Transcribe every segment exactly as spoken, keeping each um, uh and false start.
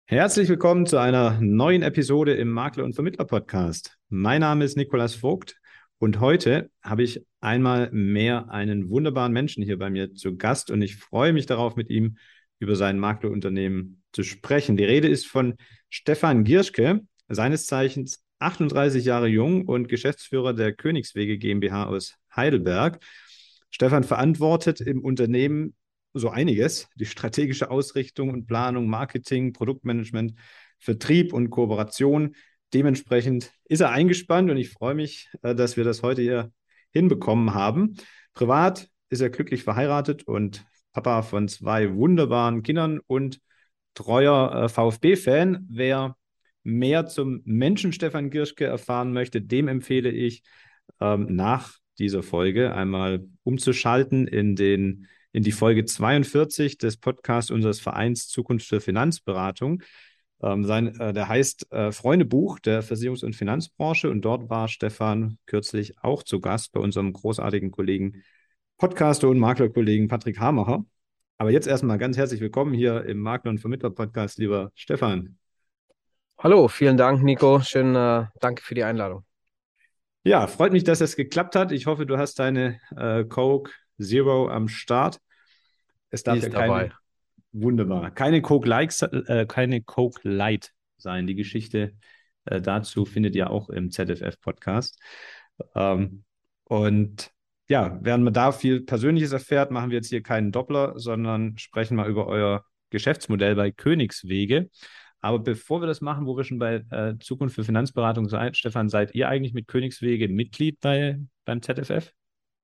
Herzlich willkommen zu einer neuen Episode im Makler- und Vermittler-Podcast. Mein Name ist Nikolas Vogt und heute habe ich einmal mehr einen wunderbaren Menschen hier bei mir zu Gast und ich freue mich darauf, mit ihm über sein Maklerunternehmen zu sprechen. Die Rede ist von Stefan Gierschke, seines Zeichens achtunddreißig Jahre jung und Geschäftsführer der Königswege GmbH aus Heidelberg. Stefan verantwortet im Unternehmen so einiges. Die strategische Ausrichtung und Planung, Marketing, Produktmanagement, Vertrieb und Kooperation. Dementsprechend ist er eingespannt und ich freue mich, äh, dass wir das heute hier hinbekommen haben. Privat ist er glücklich verheiratet und Papa von zwei wunderbaren Kindern und treuer äh, VfB-Fan. Wer mehr zum Menschen Stefan Gierschke erfahren möchte, dem empfehle ich, ähm, nach dieser Folge einmal umzuschalten in den in die Folge zweiundvierzig des Podcasts unseres Vereins Zukunft für Finanzberatung. Ähm, sein, äh, der heißt äh, Freundebuch der Versicherungs- und Finanzbranche und dort war Stefan kürzlich auch zu Gast bei unserem großartigen Kollegen, Podcaster und Maklerkollegen Patrick Hamacher. Aber jetzt erstmal ganz herzlich willkommen hier im Makler- und Vermittler-Podcast, lieber Stefan. Hallo, vielen Dank, Nico. Schön, äh, danke für die Einladung. Ja, freut mich, dass es geklappt hat. Ich hoffe, du hast deine äh, Coke Zero am Start. Es Die darf ja ist dabei. keine, wunderbar, keine Coke Light, äh, keine Coke Light sein. Die Geschichte äh, dazu findet ihr auch im Z F F-Podcast. Ähm, und ja, während man da viel Persönliches erfährt, machen wir jetzt hier keinen Doppler, sondern sprechen mal über euer Geschäftsmodell bei Königswege. Aber bevor wir das machen, wo wir schon bei äh, Zukunft für Finanzberatung sind, Stefan, seid ihr eigentlich mit Königswege Mitglied bei, beim Z F F?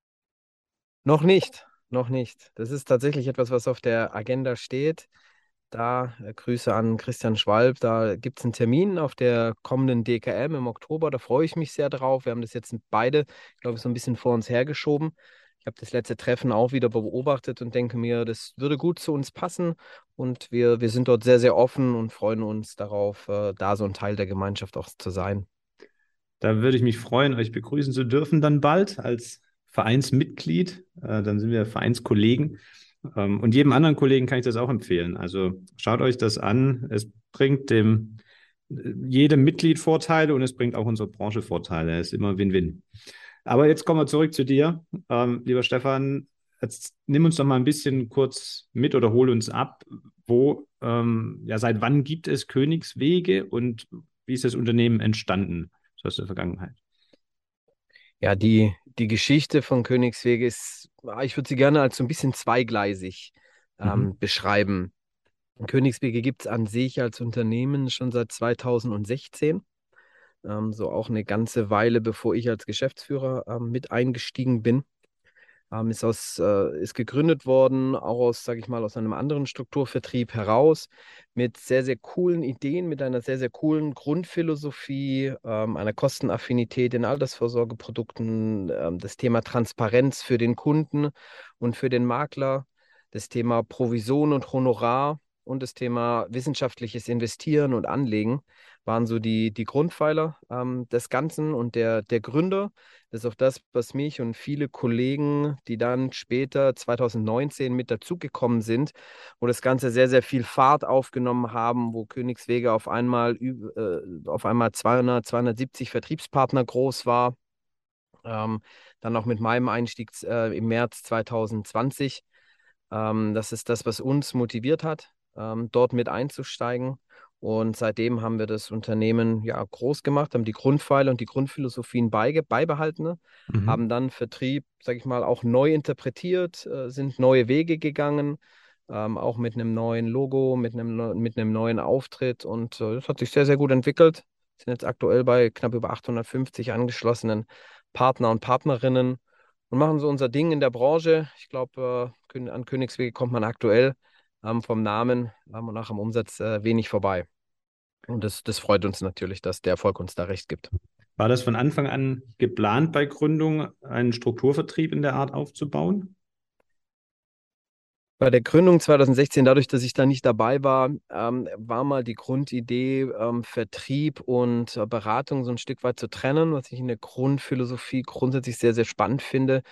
Noch nicht, noch nicht. Das ist tatsächlich etwas, was auf der Agenda steht. Da äh, Grüße an Christian Schwalb. Da gibt es einen Termin auf der kommenden D K M im Oktober. Da freue ich mich sehr drauf. Wir haben das jetzt beide, glaube ich, so ein bisschen vor uns hergeschoben. Ich habe das letzte Treffen auch wieder beobachtet und denke mir, das würde gut zu uns passen. Und wir, wir sind dort sehr, sehr offen und freuen uns darauf, äh, da so ein Teil der Gemeinschaft auch zu sein. Da würde ich mich freuen, euch begrüßen zu dürfen dann bald als Vereinsmitglied. Äh, dann sind wir Vereinskollegen. Ähm, und jedem anderen Kollegen kann ich das auch empfehlen. Also schaut euch das an. Es bringt dem äh, jedem Mitglied Vorteile und es bringt auch unserer Branche Vorteile. Es ist immer Win-Win. Aber jetzt kommen wir zurück zu dir. Ähm, lieber Stefan, jetzt nimm uns doch mal ein bisschen kurz mit oder hol uns ab. Wo, ähm, ja, seit wann gibt es Königswege und wie ist das Unternehmen entstanden? So aus der Vergangenheit. Ja, die, die Geschichte von Königswege ist, ah, ich würde sie gerne als so ein bisschen zweigleisig Mhm. ähm, beschreiben. Königswege gibt es an sich als Unternehmen schon seit zweitausendsechzehn, ähm, so auch eine ganze Weile, bevor ich als Geschäftsführer ähm, mit eingestiegen bin. Ähm, ist aus, äh, ist gegründet worden, auch aus, sage ich mal, aus einem anderen Strukturvertrieb heraus, mit sehr, sehr coolen Ideen, mit einer sehr, sehr coolen Grundphilosophie, ähm, einer Kostenaffinität in Altersvorsorgeprodukten, ähm, das Thema Transparenz für den Kunden und für den Makler, das Thema Provision und Honorar und das Thema wissenschaftliches Investieren und Anlegen waren so die, die Grundpfeiler ähm, des Ganzen und der, der Gründer. Das ist auch das, was mich und viele Kollegen, die dann später zweitausendneunzehn mit dazugekommen sind, wo das Ganze sehr, sehr viel Fahrt aufgenommen haben, wo Königswege auf einmal, üb- äh, auf einmal zweihundert, zweihundertsiebzig Vertriebspartner groß war. Ähm, Dann auch mit meinem Einstieg äh, im März zweitausendzwanzig. Ähm, das ist das, was uns motiviert hat, ähm, dort mit einzusteigen. Und seitdem haben wir das Unternehmen ja groß gemacht, haben die Grundpfeiler und die Grundphilosophien beige beibehalten, ne? Mhm. Haben dann Vertrieb, sage ich mal, auch neu interpretiert, äh, sind neue Wege gegangen, ähm, auch mit einem neuen Logo, mit einem, neu- mit einem neuen Auftritt. Und äh, das hat sich sehr, sehr gut entwickelt. Sind jetzt aktuell bei knapp über achthundertfünfzig angeschlossenen Partner und Partnerinnen und machen so unser Ding in der Branche. Ich glaube, äh, Kön- an Königswege kommt man aktuell ähm, vom Namen ähm, und auch am Umsatz äh, wenig vorbei. Und das, das freut uns natürlich, dass der Erfolg uns da recht gibt. War das von Anfang an geplant bei Gründung, einen Strukturvertrieb in der Art aufzubauen? Bei der Gründung zweitausendsechzehn, dadurch, dass ich da nicht dabei war, ähm, war mal die Grundidee, ähm, Vertrieb und äh, Beratung so ein Stück weit zu trennen, was ich in der Grundphilosophie grundsätzlich sehr, sehr spannend finde.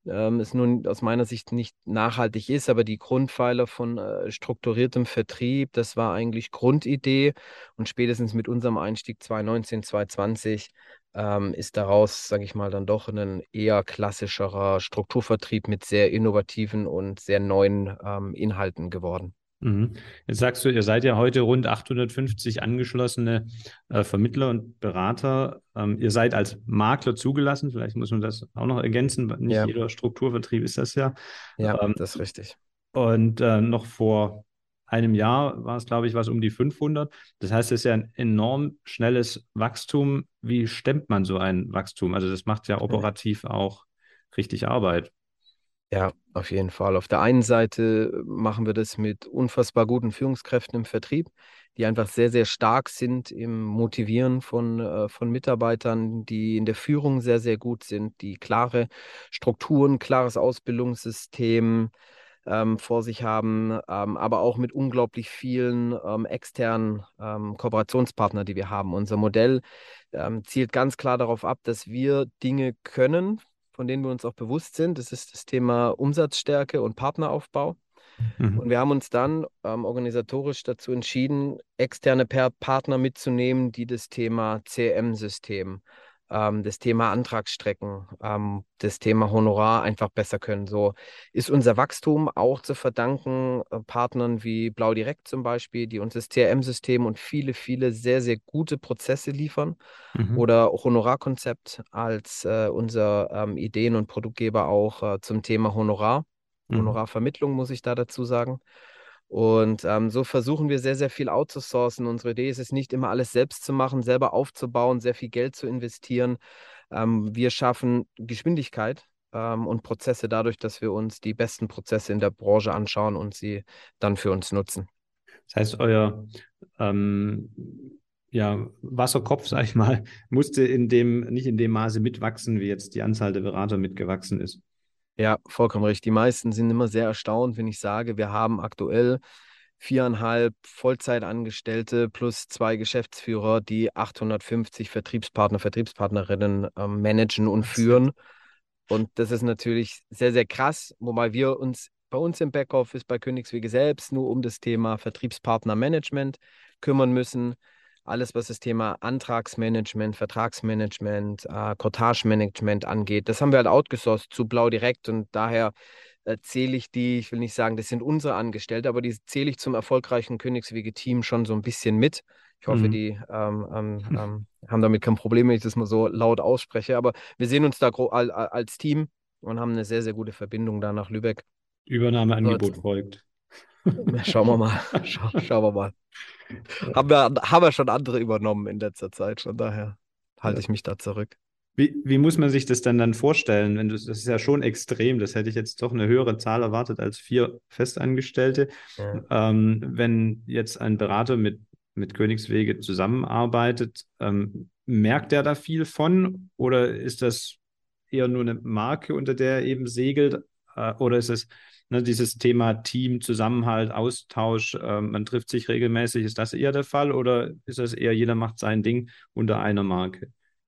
ähm, es nun aus meiner Sicht nicht nachhaltig ist, aber die Grundpfeiler von äh, strukturiertem Vertrieb, das war eigentlich Grundidee und spätestens mit unserem Einstieg zwanzig neunzehn, zwanzig zwanzig ähm, ist daraus, sage ich mal, dann doch ein eher klassischerer Strukturvertrieb mit sehr innovativen und sehr neuen ähm, Inhalten geworden. Mhm. Jetzt sagst du, ihr seid ja heute rund achthundertfünfzig angeschlossene äh, Vermittler und Berater. Ähm, ihr seid als Makler zugelassen. Vielleicht muss man das auch noch ergänzen. Nicht Ja, jeder Strukturvertrieb ist das ja. ja, Ähm, das ist richtig. und äh, noch vor einem Jahr war es, glaube ich, was um die fünfhundert. Das heißt, es ist ja ein enorm schnelles Wachstum. Wie stemmt man so ein Wachstum? Also das macht ja operativ auch richtig Arbeit. Ja, auf jeden Fall. Auf der einen Seite machen wir das mit unfassbar guten Führungskräften im Vertrieb, die einfach sehr, sehr stark sind im Motivieren von, äh, von Mitarbeitern, die in der Führung sehr, sehr gut sind, die klare Strukturen, klares Ausbildungssystem ähm, vor sich haben, ähm, aber auch mit unglaublich vielen ähm, externen ähm, Kooperationspartnern, die wir haben. Unser Modell ähm, zielt ganz klar darauf ab, dass wir Dinge können, von denen wir uns auch bewusst sind. Das ist das Thema Umsatzstärke und Partneraufbau. Und Mhm. wir haben uns dann ähm, organisatorisch dazu entschieden, externe per Partner mitzunehmen, die das Thema C R M-System, ähm, das Thema Antragsstrecken, ähm, das Thema Honorar einfach besser können. So ist unser Wachstum auch zu verdanken äh, Partnern wie Blau Direkt zum Beispiel, die uns das C R M-System und viele, viele sehr, sehr gute Prozesse liefern. Mhm. Oder Honorarkonzept als äh, unser ähm, Ideen- und Produktgeber auch äh, zum Thema Honorar. Mhm. Honorarvermittlung, muss ich da dazu sagen. Und ähm, so versuchen wir sehr, sehr viel outzusourcen. Unsere Idee ist es nicht immer alles selbst zu machen, selber aufzubauen, sehr viel Geld zu investieren. Ähm, wir schaffen Geschwindigkeit ähm, und Prozesse dadurch, dass wir uns die besten Prozesse in der Branche anschauen und sie dann für uns nutzen. Das heißt, euer ähm, ja, Wasserkopf, sag ich mal, musste in dem, nicht in dem Maße mitwachsen, wie jetzt die Anzahl der Berater mitgewachsen ist. Ja, vollkommen richtig. Die meisten sind immer sehr erstaunt, wenn ich sage, wir haben aktuell viereinhalb Vollzeitangestellte plus zwei Geschäftsführer, die achthundertfünfzig Vertriebspartner, Vertriebspartnerinnen ähm, managen und Wahnsinn. führen. Und das ist natürlich sehr, sehr krass, wobei wir uns bei uns im Backoffice bei Königswege selbst nur um das Thema Vertriebspartnermanagement kümmern müssen. Alles, was das Thema Antragsmanagement, Vertragsmanagement, äh, Cottage-Management angeht, das haben wir halt outgesourced zu Blau direkt und daher äh, zähle ich die, ich will nicht sagen, das sind unsere Angestellte, aber die zähle ich zum erfolgreichen Königswege-Team schon so ein bisschen mit. Ich hoffe, Mhm. die ähm, ähm, ähm, haben damit kein Problem, wenn ich das mal so laut ausspreche. Aber wir sehen uns da gro- al- al- als Team und haben eine sehr, sehr gute Verbindung da nach Lübeck. So, jetzt, Übernahmeangebot folgt. schauen wir mal. Schau, schauen wir mal. Haben wir, haben wir schon andere übernommen in letzter Zeit. Von daher halte Ja. ich mich da zurück. Wie, wie muss man sich das dann dann vorstellen? Wenn du, das ist ja schon extrem. Das hätte ich jetzt doch eine höhere Zahl erwartet als vier Festangestellte. Ja. Ähm, wenn jetzt ein Berater mit, mit Königswege zusammenarbeitet, ähm, merkt er da viel von? Oder ist das eher nur eine Marke, unter der er eben segelt? Äh, oder ist es ne, dieses Thema Team, Zusammenhalt, Austausch, äh, man trifft sich regelmäßig? Ist das eher der Fall? Oder ist das eher, jeder macht sein Ding unter einer Marke?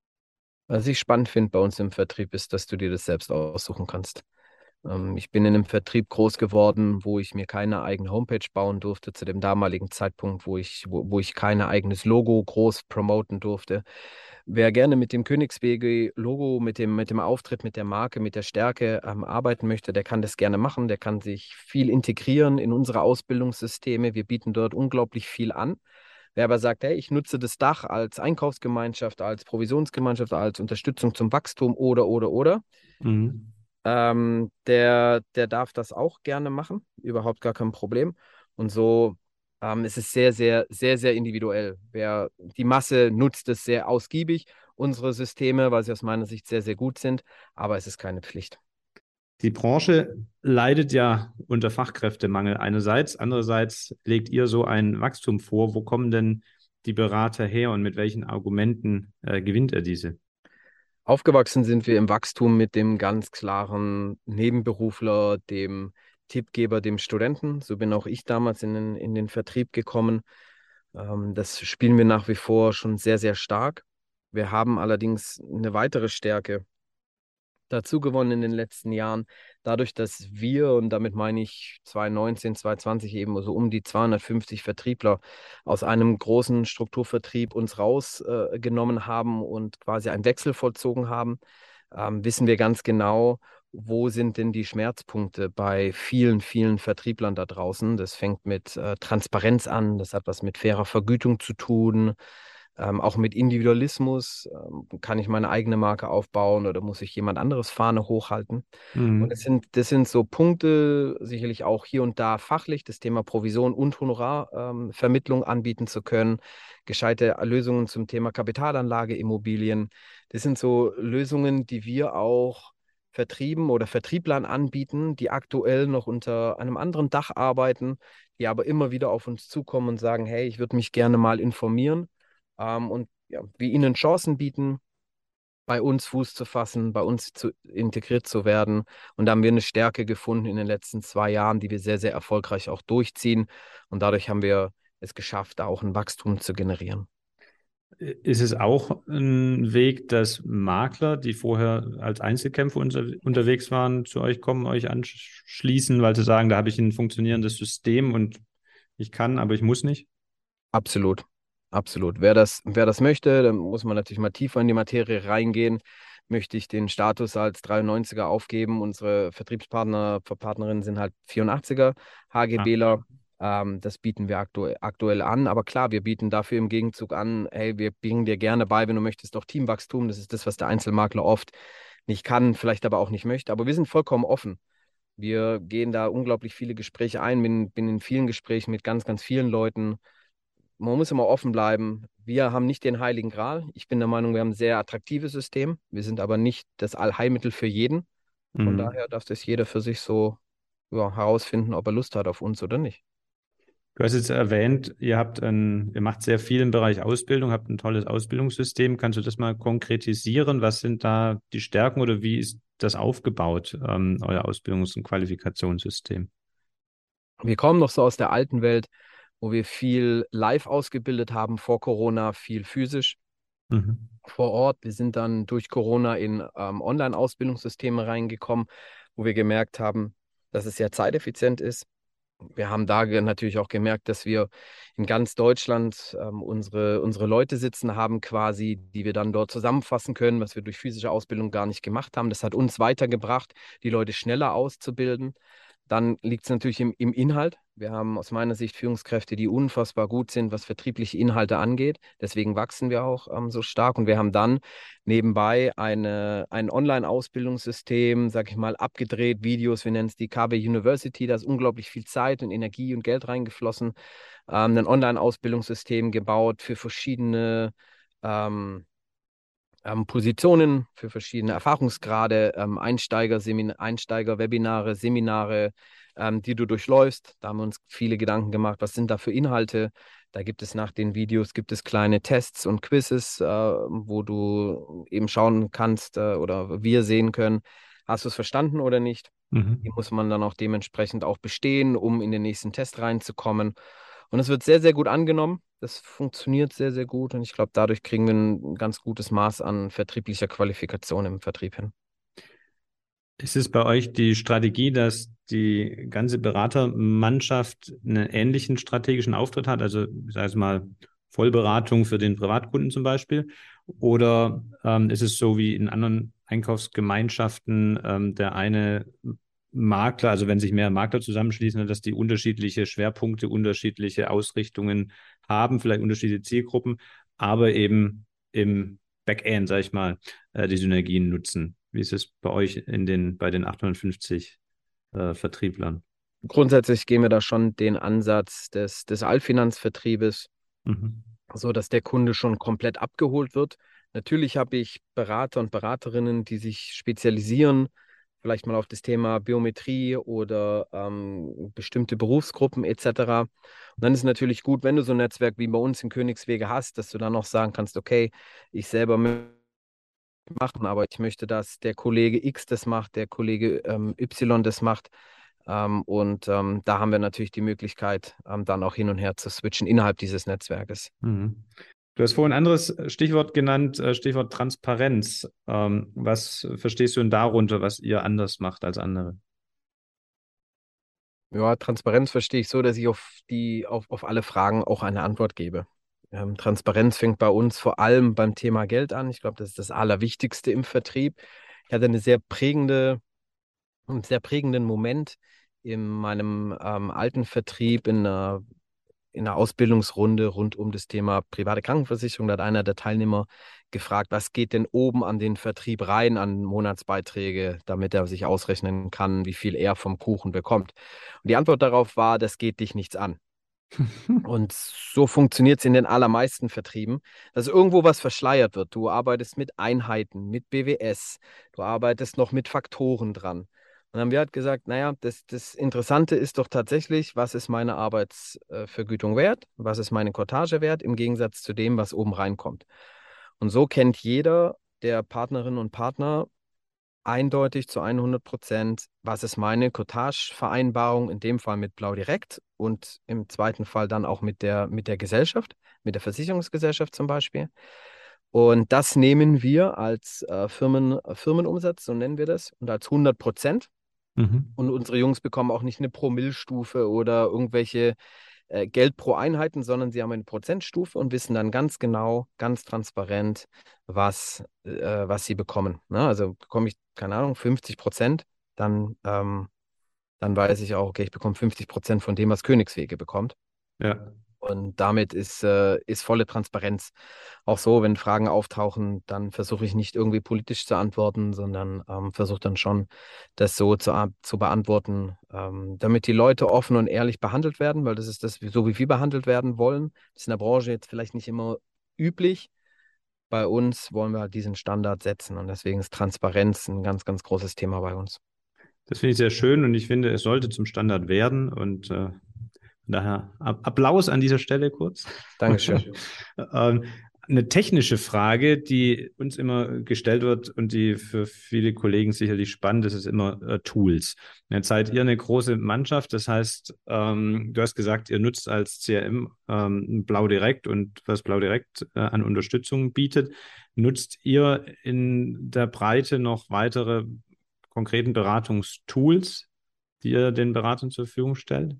Was ich spannend finde bei uns im Vertrieb ist, dass du dir das selbst aussuchen kannst. Ähm, ich bin in einem Vertrieb groß geworden, wo ich mir keine eigene Homepage bauen durfte, zu dem damaligen Zeitpunkt, wo ich, wo, wo ich kein eigenes Logo groß promoten durfte. Wer gerne mit dem Königswege-Logo, mit dem, mit dem Auftritt, mit der Marke, mit der Stärke ähm, arbeiten möchte, der kann das gerne machen. Der kann sich viel integrieren in unsere Ausbildungssysteme. Wir bieten dort unglaublich viel an. Wer aber sagt, hey, ich nutze das Dach als Einkaufsgemeinschaft, als Provisionsgemeinschaft, als Unterstützung zum Wachstum oder, oder, oder, Mhm. ähm, der, der darf das auch gerne machen, überhaupt gar kein Problem. Und so ähm, ist es sehr, sehr, sehr, sehr individuell. Wer, die Masse nutzt es sehr ausgiebig, unsere Systeme, weil sie aus meiner Sicht sehr, sehr gut sind, aber es ist keine Pflicht. Die Branche leidet ja unter Fachkräftemangel einerseits. Andererseits legt ihr so ein Wachstum vor. Wo kommen denn die Berater her und mit welchen Argumenten äh, gewinnt er diese? Aufgewachsen sind wir im Wachstum mit dem ganz klaren Nebenberufler, dem Tippgeber, dem Studenten. So bin auch ich damals in den, in den Vertrieb gekommen. Ähm, das spielen wir nach wie vor schon sehr, sehr stark. Wir haben allerdings eine weitere Stärke. dazu gewonnen in den letzten Jahren. Dadurch, dass wir, und damit meine ich zwanzig neunzehn, zwanzig zwanzig eben so um die zweihundertfünfzig Vertriebler aus einem großen Strukturvertrieb uns rausgenommen äh, haben und quasi einen Wechsel vollzogen haben, ähm, wissen wir ganz genau, wo sind denn die Schmerzpunkte bei vielen, vielen Vertrieblern da draußen. Das fängt mit äh, Transparenz an, das hat was mit fairer Vergütung zu tun, ähm, auch mit Individualismus. Ähm, kann ich meine eigene Marke aufbauen oder muss ich jemand anderes Fahne hochhalten? Und das Mhm. sind, das sind so Punkte, sicherlich auch hier und da fachlich, das Thema Provision und Honorarvermittlung ähm, Vermittlung anbieten zu können, gescheite Lösungen zum Thema Kapitalanlage, Immobilien. Das sind so Lösungen, die wir auch Vertrieben oder Vertrieblern anbieten, die aktuell noch unter einem anderen Dach arbeiten, die aber immer wieder auf uns zukommen und sagen, hey, ich würde mich gerne mal informieren ähm, und ja, wir ihnen Chancen bieten, bei uns Fuß zu fassen, bei uns zu, integriert zu werden. Und da haben wir eine Stärke gefunden in den letzten zwei Jahren, die wir sehr, sehr erfolgreich auch durchziehen. Und dadurch haben wir es geschafft, da auch ein Wachstum zu generieren. Ist es auch ein Weg, dass Makler, die vorher als Einzelkämpfer unter, unterwegs waren, zu euch kommen, euch anschließen, weil sie sagen, da habe ich ein funktionierendes System und ich kann, aber ich muss nicht? Absolut. Absolut. Wer das, wer das möchte, dann muss man natürlich mal tiefer in die Materie reingehen. Möchte ich den Status als dreiundneunziger aufgeben? Unsere Vertriebspartner, Partnerinnen sind halt vierundachtziger Ah, HGBler. Ähm, das bieten wir aktu aktuell an. Aber klar, wir bieten dafür im Gegenzug an, hey, wir bringen dir gerne bei, wenn du möchtest, doch Teamwachstum. Das ist das, was der Einzelmakler oft nicht kann, vielleicht aber auch nicht möchte. Aber wir sind vollkommen offen. Wir gehen da unglaublich viele Gespräche ein, bin, bin in vielen Gesprächen mit ganz, ganz vielen Leuten. Man muss immer offen bleiben. Wir haben nicht den Heiligen Gral. Ich bin der Meinung, wir haben ein sehr attraktives System. Wir sind aber nicht das Allheilmittel für jeden. Von mhm. daher darf das jeder für sich so ja, herausfinden, ob er Lust hat auf uns oder nicht. Du hast jetzt erwähnt, ihr habt ein, ihr macht sehr viel im Bereich Ausbildung, habt ein tolles Ausbildungssystem. Kannst du das mal konkretisieren? Was sind da die Stärken oder wie ist das aufgebaut, ähm, euer Ausbildungs- und Qualifikationssystem? Wir kommen noch so aus der alten Welt, wo wir viel live ausgebildet haben vor Corona, viel physisch Mhm. vor Ort. Wir sind dann durch Corona in ähm, Online-Ausbildungssysteme reingekommen, wo wir gemerkt haben, dass es sehr zeiteffizient ist. Wir haben da ge- natürlich auch gemerkt, dass wir in ganz Deutschland ähm, unsere, unsere Leute sitzen haben, quasi, die wir dann dort zusammenfassen können, was wir durch physische Ausbildung gar nicht gemacht haben. Das hat uns weitergebracht, die Leute schneller auszubilden. Dann liegt es natürlich im, im Inhalt. Wir haben aus meiner Sicht Führungskräfte, die unfassbar gut sind, was vertriebliche Inhalte angeht. Deswegen wachsen wir auch ähm, so stark. Und wir haben dann nebenbei eine, ein Online-Ausbildungssystem, sag ich mal, abgedreht, Videos, wir nennen es die K W University, da ist unglaublich viel Zeit und Energie und Geld reingeflossen. Ähm, ein Online-Ausbildungssystem gebaut für verschiedene ähm, ähm, Positionen, für verschiedene Erfahrungsgrade, ähm, Einsteiger, Einsteiger-Webinare, Seminare, ähm, die du durchläufst. Da haben wir uns viele Gedanken gemacht, was sind da für Inhalte. Da gibt es nach den Videos, gibt es kleine Tests und Quizzes, äh, wo du eben schauen kannst äh, oder wir sehen können, hast du es verstanden oder nicht. Die Mhm. muss man dann auch dementsprechend auch bestehen, um in den nächsten Test reinzukommen. Und es wird sehr, sehr gut angenommen. Das funktioniert sehr, sehr gut. Und ich glaube, dadurch kriegen wir ein ganz gutes Maß an vertrieblicher Qualifikation im Vertrieb hin. Ist es bei euch die Strategie, dass die ganze Beratermannschaft einen ähnlichen strategischen Auftritt hat? Also, ich sage jetzt mal, Vollberatung für den Privatkunden zum Beispiel? Oder ähm, ist es so wie in anderen Einkaufsgemeinschaften, ähm, der eine Makler, also wenn sich mehr Makler zusammenschließen, dass die unterschiedliche Schwerpunkte, unterschiedliche Ausrichtungen haben, vielleicht unterschiedliche Zielgruppen, aber eben im Backend, sage ich mal, äh, die Synergien nutzen? Wie ist es bei euch in den, bei den achthundertfünfzig äh, Vertrieblern? Grundsätzlich gehen wir da schon den Ansatz des, des Allfinanzvertriebes, Mhm. so dass der Kunde schon komplett abgeholt wird. Natürlich habe ich Berater und Beraterinnen, die sich spezialisieren, vielleicht mal auf das Thema Biometrie oder ähm, bestimmte Berufsgruppen et cetera. Und dann ist es natürlich gut, wenn du so ein Netzwerk wie bei uns in Königswege hast, dass du dann auch sagen kannst, okay, ich selber möchte machen, aber ich möchte, dass der Kollege X das macht, der Kollege ähm, Y das macht. Ähm, und ähm, da haben wir natürlich die Möglichkeit, ähm, dann auch hin und her zu switchen innerhalb dieses Netzwerkes. Mhm. Du hast vorhin ein anderes Stichwort genannt, äh, Stichwort Transparenz. Ähm, was verstehst du denn darunter, was ihr anders macht als andere? Ja, Transparenz verstehe ich so, dass ich auf die, auf, auf alle Fragen auch eine Antwort gebe. Ähm, Transparenz fängt bei uns vor allem beim Thema Geld an. Ich glaube, das ist das Allerwichtigste im Vertrieb. Ich hatte eine sehr prägende, einen sehr prägenden Moment in meinem ähm, alten Vertrieb in einer in einer Ausbildungsrunde rund um das Thema private Krankenversicherung. Da hat einer der Teilnehmer gefragt, was geht denn oben an den Vertrieb rein, an Monatsbeiträge, damit er sich ausrechnen kann, wie viel er vom Kuchen bekommt. Und die Antwort darauf war, das geht dich nichts an. Und so funktioniert es in den allermeisten Vertrieben, dass irgendwo was verschleiert wird. Du arbeitest mit Einheiten, mit B W S, du arbeitest noch mit Faktoren dran. Und dann haben wir halt gesagt, naja, das, das Interessante ist doch tatsächlich, was ist meine Arbeitsvergütung wert, was ist meine Cottage wert, im Gegensatz zu dem, was oben reinkommt. Und so kennt jeder der Partnerinnen und Partner eindeutig zu hundert Prozent, was ist meine Cottage-Vereinbarung, in dem Fall mit Blau Direkt und im zweiten Fall dann auch mit der, mit der Gesellschaft, mit der Versicherungsgesellschaft zum Beispiel. Und das nehmen wir als äh, Firmen, Firmenumsatz, so nennen wir das, und als hundert Prozent. Mhm. Und unsere Jungs bekommen auch nicht eine Promillstufe oder irgendwelche äh, Geld pro Einheiten, sondern sie haben eine Prozentstufe und wissen dann ganz genau, ganz transparent, was, äh, was sie bekommen. Ne? Also bekomme ich, keine Ahnung, fünfzig Prozent, dann, ähm, dann weiß ich auch, okay, ich bekomme fünfzig Prozent von dem, was Königswege bekommt. Ja. Und damit ist, äh, ist volle Transparenz. Auch so, wenn Fragen auftauchen, dann versuche ich nicht irgendwie politisch zu antworten, sondern ähm, versuche dann schon, das so zu, a- zu beantworten, ähm, damit die Leute offen und ehrlich behandelt werden, weil das ist das, wie- so wie wir behandelt werden wollen. Das ist in der Branche jetzt vielleicht nicht immer üblich. Bei uns wollen wir halt diesen Standard setzen und deswegen ist Transparenz ein ganz, ganz großes Thema bei uns. Das finde ich sehr schön und ich finde, es sollte zum Standard werden und äh, daher Applaus an dieser Stelle kurz. Dankeschön. ähm, eine technische Frage, die uns immer gestellt wird und die für viele Kollegen sicherlich spannend ist, ist immer äh, Tools. Jetzt seid ihr eine große Mannschaft, das heißt, ähm, du hast gesagt, ihr nutzt als C R M ähm, Blau Direkt und was Blau Direkt äh, an Unterstützung bietet. Nutzt ihr in der Breite noch weitere konkreten Beratungstools, die ihr den Beratern zur Verfügung stellt?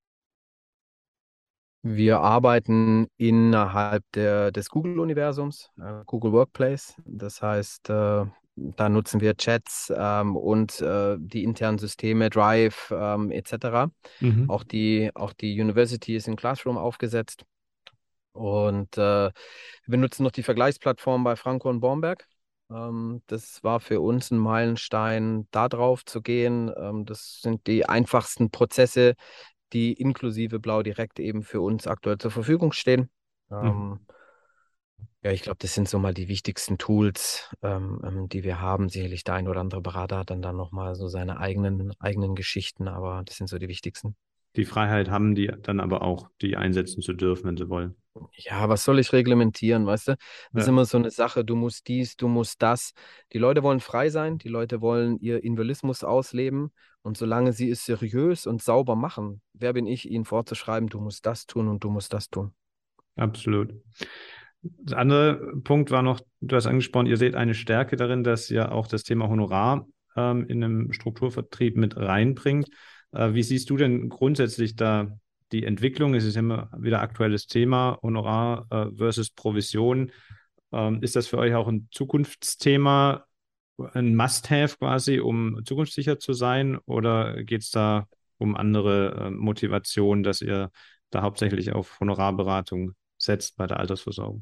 Wir arbeiten innerhalb der, des Google-Universums, äh, Google Workplace. Das heißt, äh, da nutzen wir Chats ähm, und äh, die internen Systeme, Drive ähm, et cetera. Mhm. Auch die, auch die University ist in Classroom aufgesetzt. Und äh, wir benutzen noch die Vergleichsplattform bei Franco und Bornberg. Ähm, das war für uns ein Meilenstein, da drauf zu gehen. Ähm, das sind die einfachsten Prozesse, die inklusive Blau direkt eben für uns aktuell zur Verfügung stehen. Mhm. Ähm, ja, ich glaube, das sind so mal die wichtigsten Tools, ähm, ähm, die wir haben. Sicherlich der ein oder andere Berater hat dann, dann nochmal so seine eigenen, eigenen Geschichten, aber das sind so die wichtigsten. Die Freiheit haben die dann aber auch, die einsetzen zu dürfen, wenn sie wollen. Ja, was soll ich reglementieren, weißt du? Das ist Ja, immer so eine Sache, du musst dies, du musst das. Die Leute wollen frei sein, die Leute wollen ihr Individualismus ausleben und solange sie es seriös und sauber machen, wer bin ich, ihnen vorzuschreiben, du musst das tun und du musst das tun. absolut. Der andere Punkt war noch, du hast angesprochen, ihr seht eine Stärke darin, dass ihr auch das Thema Honorar ähm, in einem Strukturvertrieb mit reinbringt. Äh, wie siehst du denn grundsätzlich da die Entwicklung? Es ist immer wieder aktuelles Thema, Honorar äh, versus Provision. Ähm, ist das für euch auch ein Zukunftsthema, ein Must-have quasi, um zukunftssicher zu sein? Oder geht es da um andere äh, Motivationen, dass ihr da hauptsächlich auf Honorarberatung setzt bei der Altersversorgung?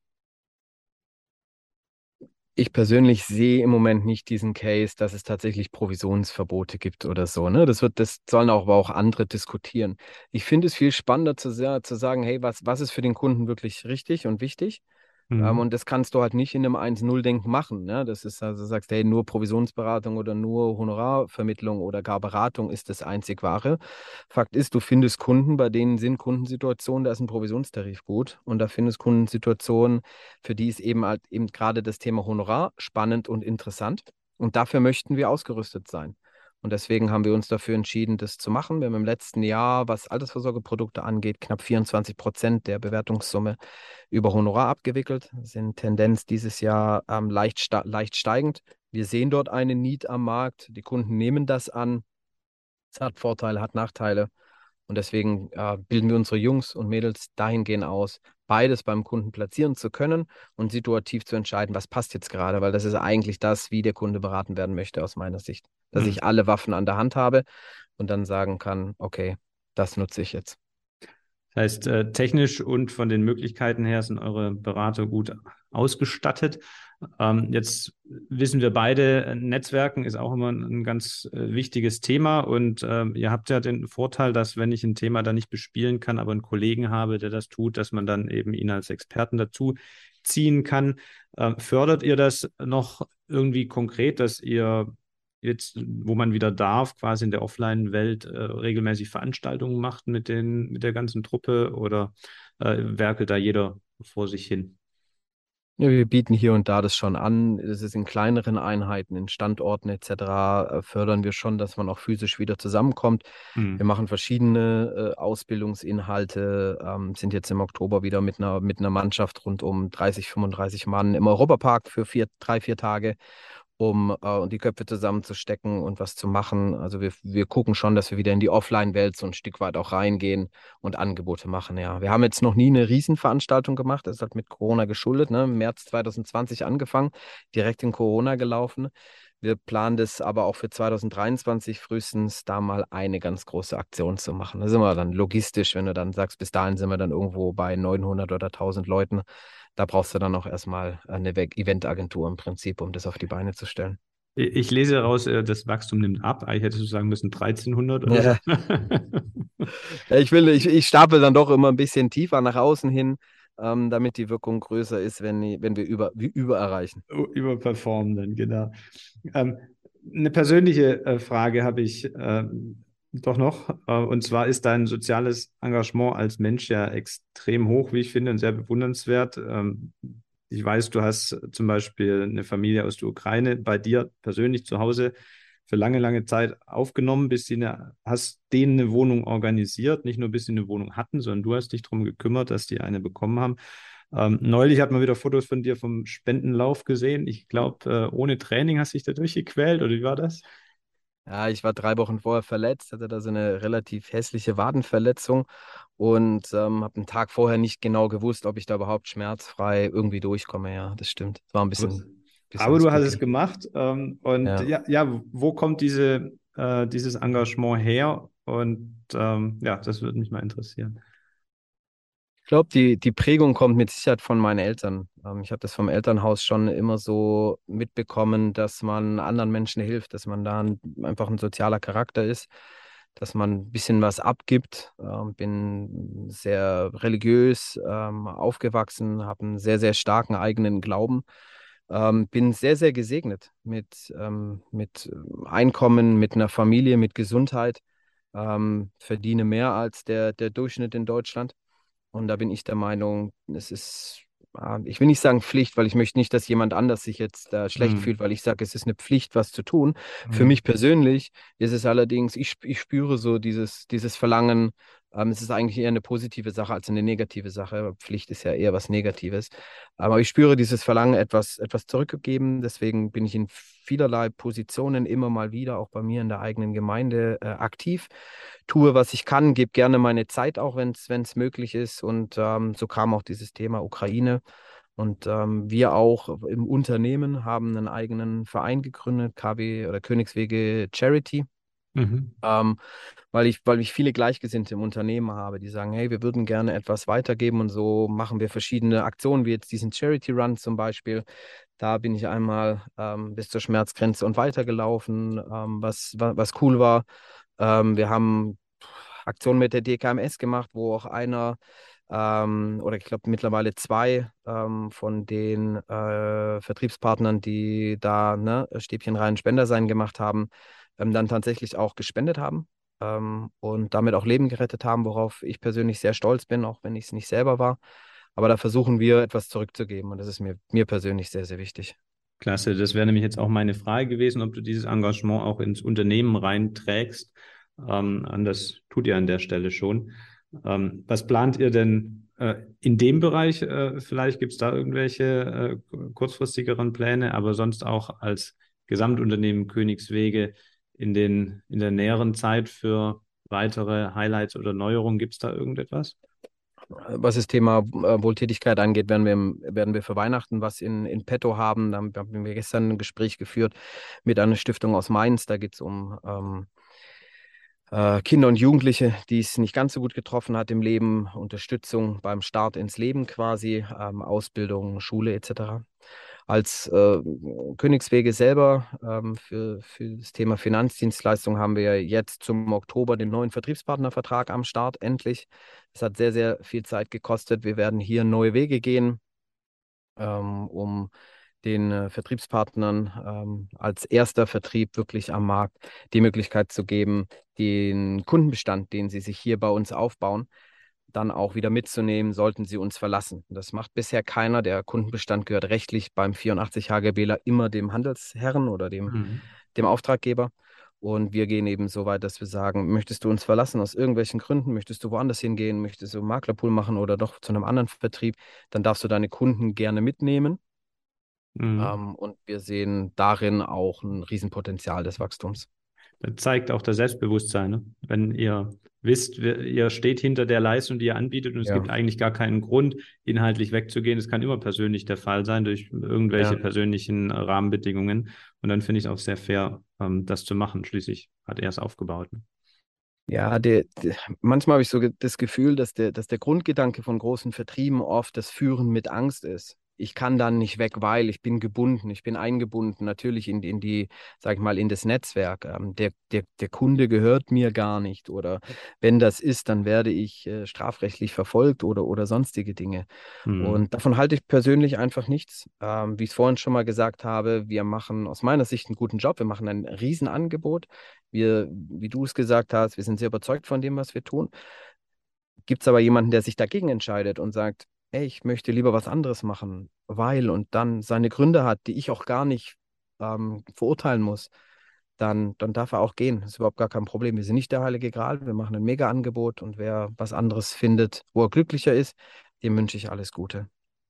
Ich persönlich sehe im Moment nicht diesen Case, dass es tatsächlich Provisionsverbote gibt oder so. Ne? Das wird, das sollen auch, aber auch andere diskutieren. Ich finde es viel spannender zu, sa- zu sagen, hey, was, was ist für den Kunden wirklich richtig und wichtig? Ähm, Mhm. und das kannst du halt nicht in einem eins null-Denken machen. Ne? Das ist also, du sagst, hey, nur Provisionsberatung oder nur Honorarvermittlung oder gar Beratung ist das einzig Wahre. Fakt ist, du findest Kunden, bei denen sind Kundensituationen, da ist ein Provisionstarif gut. Und da findest Kundensituationen, für die ist eben halt eben gerade das Thema Honorar spannend und interessant. Und dafür möchten wir ausgerüstet sein. Und deswegen haben wir uns dafür entschieden, das zu machen. Wir haben im letzten Jahr, was Altersvorsorgeprodukte angeht, knapp vierundzwanzig Prozent der Bewertungssumme über Honorar abgewickelt. Wir sind Tendenz dieses Jahr ähm, leicht, sta- leicht steigend. Wir sehen dort eine Need am Markt. Die Kunden nehmen das an. Es hat Vorteile, hat Nachteile. Und deswegen äh, bilden wir unsere Jungs und Mädels dahingehend aus, beides beim Kunden platzieren zu können und situativ zu entscheiden, was passt jetzt gerade, weil das ist eigentlich das, wie der Kunde beraten werden möchte, aus meiner Sicht. Dass Hm. ich alle Waffen an der Hand habe und dann sagen kann, okay, das nutze ich jetzt. Das heißt, äh, technisch und von den Möglichkeiten her sind eure Berater gut ausgestattet. Ähm, jetzt wissen wir beide, äh, Netzwerken ist auch immer ein, ein ganz äh, wichtiges Thema und ähm, ihr habt ja den Vorteil, dass wenn ich ein Thema da nicht bespielen kann, aber einen Kollegen habe, der das tut, dass man dann eben ihn als Experten dazu ziehen kann. Ähm, fördert ihr das noch irgendwie konkret, dass ihr jetzt, wo man wieder darf, quasi in der Offline-Welt äh, regelmäßig Veranstaltungen macht mit den, mit der ganzen Truppe oder äh, werkelt da jeder vor sich hin? Ja, wir bieten hier und da das schon an. Das ist in kleineren Einheiten, in Standorten et cetera äh, fördern wir schon, dass man auch physisch wieder zusammenkommt. Wir Hm. machen verschiedene äh, Ausbildungsinhalte, ähm, sind jetzt im Oktober wieder mit einer, mit einer Mannschaft rund um dreißig, fünfunddreißig Mann im Europapark für vier, drei, vier Tage, um äh, die Köpfe zusammenzustecken und was zu machen. Also wir, wir gucken schon, dass wir wieder in die Offline-Welt so ein Stück weit auch reingehen und Angebote machen, ja. Wir haben jetzt noch nie eine Riesenveranstaltung gemacht. Das ist halt mit Corona geschuldet, ne? Im März zwanzig zwanzig angefangen, direkt in Corona gelaufen. Wir planen das aber auch für zwanzig dreiundzwanzig frühestens da mal eine ganz große Aktion zu machen. Da sind wir dann logistisch, wenn du dann sagst, bis dahin sind wir dann irgendwo bei neunhundert oder tausend Leuten. Da brauchst du dann auch erstmal eine We- Eventagentur im Prinzip, um das auf die Beine zu stellen. Ich lese daraus, äh, das Wachstum nimmt ab. Eigentlich hättest du sagen müssen dreizehnhundert oder so. Ja. Ja, ich will, ich, ich stapel dann doch immer ein bisschen tiefer nach außen hin, ähm, damit die Wirkung größer ist, wenn, wenn wir über, wie über erreichen. Überperformen dann, genau. Ähm, eine persönliche äh, Frage habe ich ähm, doch noch. Äh, und zwar ist dein soziales Engagement als Mensch ja extrem hoch, wie ich finde, und sehr bewundernswert. Ähm, ich weiß, du hast zum Beispiel eine Familie aus der Ukraine bei dir persönlich zu Hause für lange, lange Zeit aufgenommen, bis sie eine, hast denen eine Wohnung organisiert, nicht nur bis sie eine Wohnung hatten, sondern du hast dich darum gekümmert, dass die eine bekommen haben. Ähm, neulich hat man wieder Fotos von dir vom Spendenlauf gesehen. Ich glaube, äh, ohne Training hast du dich da durchgequält, oder wie war das? Ja, ich war drei Wochen vorher verletzt, hatte da so eine relativ hässliche Wadenverletzung und ähm, habe einen Tag vorher nicht genau gewusst, ob ich da überhaupt schmerzfrei irgendwie durchkomme. Ja, das stimmt. Es war ein Aber, bisschen, bisschen aber du hast es spooky. gemacht. Ähm, und Ja. ja, ja, wo kommt diese, äh, dieses Engagement her? Und ähm, ja, das würde mich mal interessieren. Ich glaube, die, die Prägung kommt mit Sicherheit von meinen Eltern. Ähm, ich habe das vom Elternhaus schon immer so mitbekommen, dass man anderen Menschen hilft, dass man da ein, einfach ein sozialer Charakter ist, dass man ein bisschen was abgibt. Ähm, bin sehr religiös ähm, aufgewachsen, habe einen sehr, sehr starken eigenen Glauben. Ähm, bin sehr, sehr gesegnet mit, ähm, mit Einkommen, mit einer Familie, mit Gesundheit. Ähm, verdiene mehr als der, der Durchschnitt in Deutschland. Und da bin ich der Meinung, es ist, äh, ich will nicht sagen Pflicht, weil ich möchte nicht, dass jemand anders sich jetzt äh, schlecht Hm. fühlt, weil ich sage, es ist eine Pflicht, was zu tun. Für Hm. mich persönlich ist es allerdings, ich, sp- ich spüre so dieses, dieses Verlangen, ähm, es ist eigentlich eher eine positive Sache als eine negative Sache. Pflicht ist ja eher was Negatives. Aber ich spüre dieses Verlangen, etwas, etwas zurückzugeben. Deswegen bin ich in vielerlei Positionen immer mal wieder, auch bei mir in der eigenen Gemeinde, äh, aktiv, tue, was ich kann, gebe gerne meine Zeit auch, wenn es möglich ist. Und ähm, so kam auch dieses Thema Ukraine. Und ähm, wir auch im Unternehmen haben einen eigenen Verein gegründet, K W oder Königswege Charity. Mhm. Ähm, weil ich, weil ich viele Gleichgesinnte im Unternehmen habe, die sagen, hey, wir würden gerne etwas weitergeben und so machen wir verschiedene Aktionen, wie jetzt diesen Charity Run zum Beispiel. Da bin ich einmal ähm, bis zur Schmerzgrenze und weitergelaufen, ähm, was, was, was cool war. Ähm, wir haben Aktionen mit der D K M S gemacht, wo auch einer ähm, oder ich glaube mittlerweile zwei ähm, von den äh, Vertriebspartnern, die da ne, Stäbchen rein Spender sein gemacht haben, ähm, dann tatsächlich auch gespendet haben ähm, und damit auch Leben gerettet haben, worauf ich persönlich sehr stolz bin, auch wenn ich es nicht selber war. Aber da versuchen wir etwas zurückzugeben und das ist mir, mir persönlich sehr, sehr wichtig. Klasse, das wäre nämlich jetzt auch meine Frage gewesen, ob du dieses Engagement auch ins Unternehmen reinträgst. Ähm, und das tut ihr an der Stelle schon. Ähm, was plant ihr denn äh, in dem Bereich? Äh, vielleicht gibt es da irgendwelche äh, kurzfristigeren Pläne, aber sonst auch als Gesamtunternehmen Königswege in den, in der näheren Zeit für weitere Highlights oder Neuerungen. Gibt es da irgendetwas? Was das Thema äh, Wohltätigkeit angeht, werden wir, im- werden wir für Weihnachten was in, in petto haben. Da haben haben wir gestern ein Gespräch geführt mit einer Stiftung aus Mainz. Da geht es um ähm, äh, Kinder und Jugendliche, die es nicht ganz so gut getroffen hat im Leben, Unterstützung beim Start ins Leben quasi, ähm, Ausbildung, Schule et cetera. Als äh, Königswege selber ähm, für, für das Thema Finanzdienstleistung haben wir jetzt zum Oktober den neuen Vertriebspartnervertrag am Start, endlich. Es hat sehr, sehr viel Zeit gekostet. Wir werden hier neue Wege gehen, ähm, um den äh, Vertriebspartnern ähm, als erster Vertrieb wirklich am Markt die Möglichkeit zu geben, den Kundenbestand, den sie sich hier bei uns aufbauen, dann auch wieder mitzunehmen, sollten sie uns verlassen. Das macht bisher keiner. Der Kundenbestand gehört rechtlich beim vierundachtzig HGBler immer dem Handelsherren oder dem, Mhm. dem Auftraggeber. Und wir gehen eben so weit, dass wir sagen, möchtest du uns verlassen aus irgendwelchen Gründen, möchtest du woanders hingehen, möchtest du einen Maklerpool machen oder doch zu einem anderen Vertrieb, dann darfst du deine Kunden gerne mitnehmen. Mhm. Ähm, und wir sehen darin auch ein Riesenpotenzial des Wachstums. Das zeigt auch das Selbstbewusstsein, ne? Wenn ihr wisst, wer- ihr steht hinter der Leistung, die ihr anbietet und es Ja, gibt eigentlich gar keinen Grund, inhaltlich wegzugehen. Das kann immer persönlich der Fall sein durch irgendwelche ja. persönlichen äh, Rahmenbedingungen. Und dann finde ich es auch sehr fair, ähm, das zu machen. Schließlich hat er es aufgebaut. Ne? Ja, der, der, manchmal habe ich so ge- das Gefühl, dass der, dass der Grundgedanke von großen Vertrieben oft das Führen mit Angst ist. Ich kann dann nicht weg, weil ich bin gebunden, ich bin eingebunden, natürlich in, in die, sag ich mal, in das Netzwerk. Ähm, der, der, der Kunde gehört mir gar nicht oder wenn das ist, dann werde ich äh, strafrechtlich verfolgt oder, oder sonstige Dinge. Mhm. Und davon halte ich persönlich einfach nichts. Ähm, wie ich es vorhin schon mal gesagt habe, wir machen aus meiner Sicht einen guten Job, wir machen ein Riesenangebot. Wir, wie du es gesagt hast, wir sind sehr überzeugt von dem, was wir tun. Gibt es aber jemanden, der sich dagegen entscheidet und sagt, ey, ich möchte lieber was anderes machen, weil und dann seine Gründe hat, die ich auch gar nicht ähm, verurteilen muss, dann, dann darf er auch gehen. Das ist überhaupt gar kein Problem. Wir sind nicht der Heilige Gral, wir machen ein Mega-Angebot und wer was anderes findet, wo er glücklicher ist, dem wünsche ich alles Gute.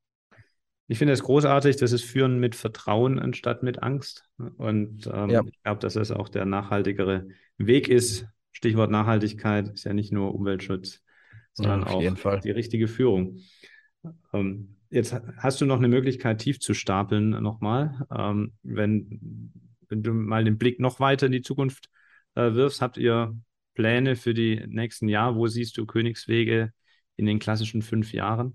Ich finde es großartig, dass es Führen mit Vertrauen anstatt mit Angst. Und Ja, ähm, ich glaube, dass es auch der nachhaltigere Weg ist. Stichwort Nachhaltigkeit ist ja nicht nur Umweltschutz, ja, sondern auf auch jeden Fall. die richtige Führung. Ähm, jetzt hast du noch eine Möglichkeit, tief zu stapeln nochmal. Ähm, wenn, wenn du mal den Blick noch weiter in die Zukunft äh, wirfst, habt ihr Pläne für die nächsten Jahre? Wo siehst du Königswege in den klassischen fünf Jahren?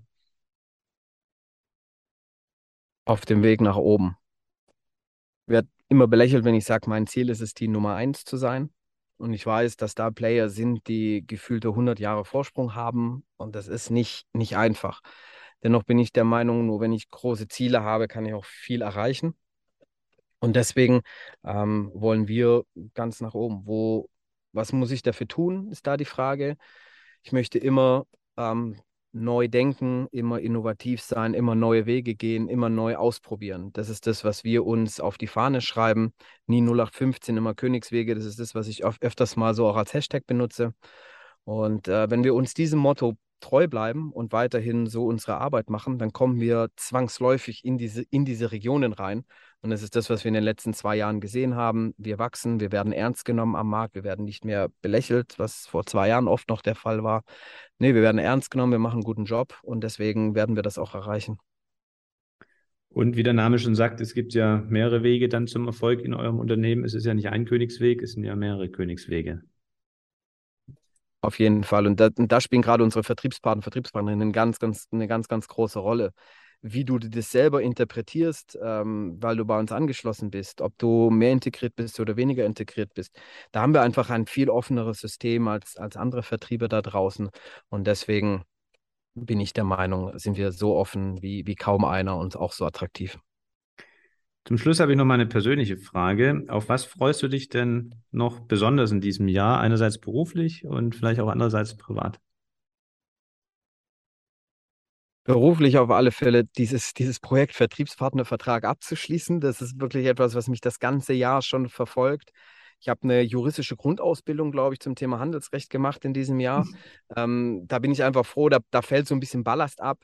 Auf dem Weg nach oben. Werd immer belächelt, wenn ich sage, mein Ziel ist es, die Nummer eins zu sein. Und ich weiß, dass da Player sind, die gefühlte hundert Jahre Vorsprung haben. Und das ist nicht, nicht einfach. Dennoch bin ich der Meinung, nur wenn ich große Ziele habe, kann ich auch viel erreichen. Und deswegen ähm, wollen wir ganz nach oben. Wo, was muss ich dafür tun, ist da die Frage. Ich möchte immer ähm, neu denken, immer innovativ sein, immer neue Wege gehen, immer neu ausprobieren. Das ist das, was wir uns auf die Fahne schreiben. Nie null acht fünfzehn, immer Königswege. Das ist das, was ich öf öfters mal so auch als Hashtag benutze. Und äh, wenn wir uns diesem Motto treu bleiben und weiterhin so unsere Arbeit machen, dann kommen wir zwangsläufig in diese, in diese Regionen rein. Und das ist das, was wir in den letzten zwei Jahren gesehen haben. Wir wachsen, wir werden ernst genommen am Markt, wir werden nicht mehr belächelt, was vor zwei Jahren oft noch der Fall war. Nee, wir werden ernst genommen, wir machen einen guten Job und deswegen werden wir das auch erreichen. Und wie der Name schon sagt, es gibt ja mehrere Wege dann zum Erfolg in eurem Unternehmen. Es ist ja nicht ein Königsweg, es sind ja mehrere Königswege. Auf jeden Fall. Und da, und da spielen gerade unsere Vertriebspartner, Vertriebspartnerinnen eine ganz, ganz, eine ganz, ganz große Rolle. Wie du das selber interpretierst, ähm, weil du bei uns angeschlossen bist, ob du mehr integriert bist oder weniger integriert bist. Da haben wir einfach ein viel offeneres System als, als andere Vertriebe da draußen. Und deswegen bin ich der Meinung, sind wir so offen wie, wie kaum einer und auch so attraktiv. Zum Schluss habe ich noch mal eine persönliche Frage. Auf was freust du dich denn noch besonders in diesem Jahr? Einerseits beruflich und vielleicht auch andererseits privat. Beruflich auf alle Fälle dieses, dieses Projekt Vertriebspartnervertrag abzuschließen. Das ist wirklich etwas, was mich das ganze Jahr schon verfolgt. Ich habe eine juristische Grundausbildung, glaube ich, zum Thema Handelsrecht gemacht in diesem Jahr. Ähm, da bin ich einfach froh, da, da fällt so ein bisschen Ballast ab.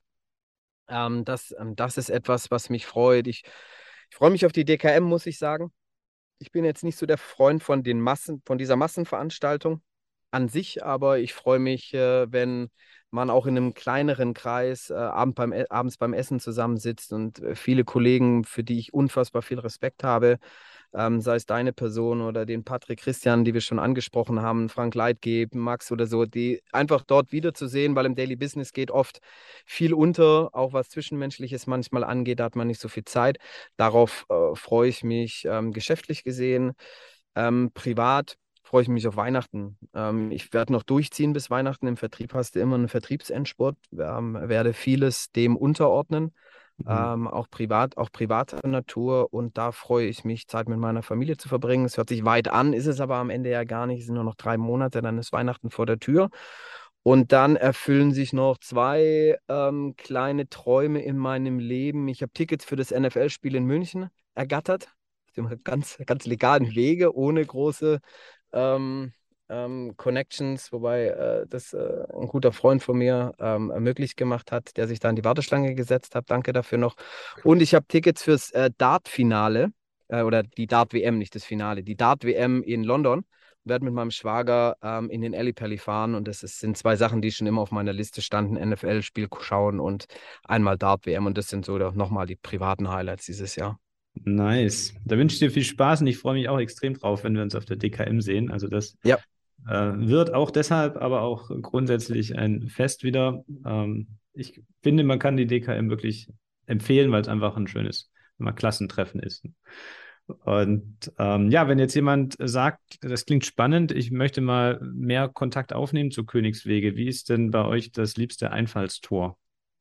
Ähm, das, ähm, das ist etwas, was mich freut. Ich, ich freue mich auf die D K M, muss ich sagen. Ich bin jetzt nicht so der Freund von den Massen, von dieser Massenveranstaltung an sich, aber ich freue mich, äh, wenn man auch in einem kleineren Kreis äh, abend beim, E- abends beim Essen zusammensitzt und äh, viele Kollegen, für die ich unfassbar viel Respekt habe, ähm, sei es deine Person oder den Patrick Christian, die wir schon angesprochen haben, Frank Leitgeb, Max oder so, die einfach dort wiederzusehen, weil im Daily Business geht oft viel unter, auch was Zwischenmenschliches manchmal angeht, da hat man nicht so viel Zeit. Darauf äh, freue ich mich ähm, geschäftlich gesehen. Ähm, privat freue ich mich auf Weihnachten. Ähm, ich werde noch durchziehen bis Weihnachten. Im Vertrieb hast du immer einen Vertriebsendspurt, ähm, werde vieles dem unterordnen, Mhm. ähm, auch privat, auch privater Natur. Und da freue ich mich, Zeit mit meiner Familie zu verbringen. Es hört sich weit an, ist es aber am Ende ja gar nicht. Es sind nur noch drei Monate, dann ist Weihnachten vor der Tür. Und dann erfüllen sich noch zwei ähm, kleine Träume in meinem Leben. Ich habe Tickets für das N F L-Spiel in München ergattert, auf dem ganz, ganz legalen Wege, ohne große ähm, ähm, Connections, wobei äh, das äh, ein guter Freund von mir ähm, möglich gemacht hat, der sich da in die Warteschlange gesetzt hat. Danke dafür noch. Und ich habe Tickets fürs äh, Dart-Finale äh, oder die Dart-W M, nicht das Finale, die Dart-W M in London. Werde mit meinem Schwager ähm, in den Ellipelli fahren und das ist, sind zwei Sachen, die schon immer auf meiner Liste standen: N F L-Spiel schauen und einmal Dart-W M, und das sind so nochmal die privaten Highlights dieses Jahr. Nice. Da wünsche ich dir viel Spaß und ich freue mich auch extrem drauf, wenn wir uns auf der D K M sehen. Also das Ja, äh, wird auch deshalb, aber auch grundsätzlich ein Fest wieder. Ähm, ich finde, man kann die D K M wirklich empfehlen, weil es einfach ein schönes, immer Klassentreffen ist. Und ähm, ja, wenn jetzt jemand sagt, das klingt spannend, ich möchte mal mehr Kontakt aufnehmen zu Königswege, wie ist denn bei euch das liebste Einfallstor?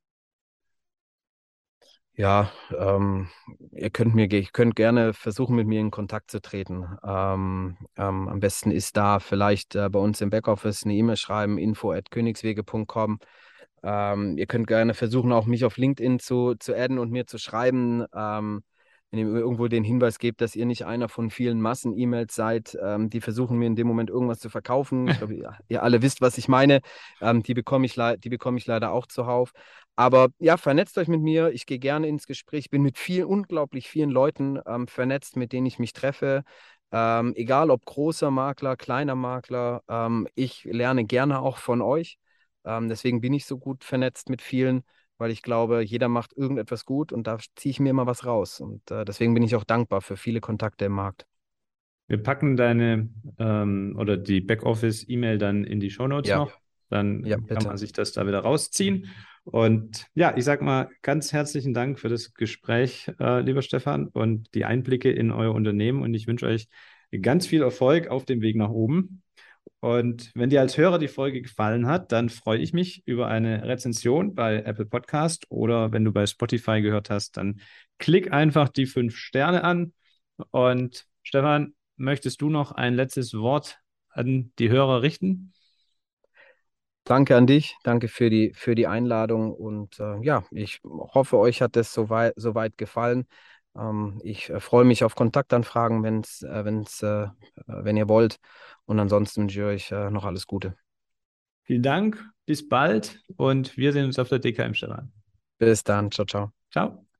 ja, ähm, ihr könnt mir, ihr könnt gerne versuchen, mit mir in Kontakt zu treten. Ähm, ähm, am besten ist da vielleicht äh, bei uns im Backoffice eine E-Mail schreiben: info at königswege punkt com. Ähm, ihr könnt gerne versuchen, auch mich auf LinkedIn zu, zu adden und mir zu schreiben. Ähm, wenn ihr mir irgendwo den Hinweis gebt, dass ihr nicht einer von vielen Massen-E-Mails seid, ähm, die versuchen mir in dem Moment irgendwas zu verkaufen. Ich glaube, ihr, ihr alle wisst, was ich meine. Ähm, die bekomme ich, lei- die bekomme ich leider auch zuhauf. Aber ja, vernetzt euch mit mir. Ich gehe gerne ins Gespräch. Ich bin mit vielen, unglaublich vielen Leuten ähm, vernetzt, mit denen ich mich treffe. Ähm, egal ob großer Makler, kleiner Makler. Ähm, ich lerne gerne auch von euch. Ähm, deswegen bin ich so gut vernetzt mit vielen, weil ich glaube, jeder macht irgendetwas gut und da ziehe ich mir immer was raus. Und äh, deswegen bin ich auch dankbar für viele Kontakte im Markt. Wir packen deine ähm, oder die Backoffice-E-Mail dann in die Shownotes Ja, noch. ja, Dann kann bitte. man sich das da wieder rausziehen. Und ja, ich sag mal ganz herzlichen Dank für das Gespräch, äh, lieber Stefan, und die Einblicke in euer Unternehmen. Und ich wünsche euch ganz viel Erfolg auf dem Weg nach oben. Und wenn dir als Hörer die Folge gefallen hat, dann freue ich mich über eine Rezension bei Apple Podcast, oder wenn du bei Spotify gehört hast, dann klick einfach die fünf Sterne an. Und Stefan, möchtest du noch ein letztes Wort an die Hörer richten? Danke an dich, danke für die, für die Einladung und äh, ja, ich hoffe, euch hat es soweit, soweit gefallen. Ähm, ich äh, freue mich auf Kontaktanfragen, wenn's, äh, wenn's, äh, äh, wenn ihr wollt, und ansonsten wünsche ich euch äh, noch alles Gute. Vielen Dank, bis bald und wir sehen uns auf der D K M, Stefan. Bis dann, ciao, ciao. Ciao.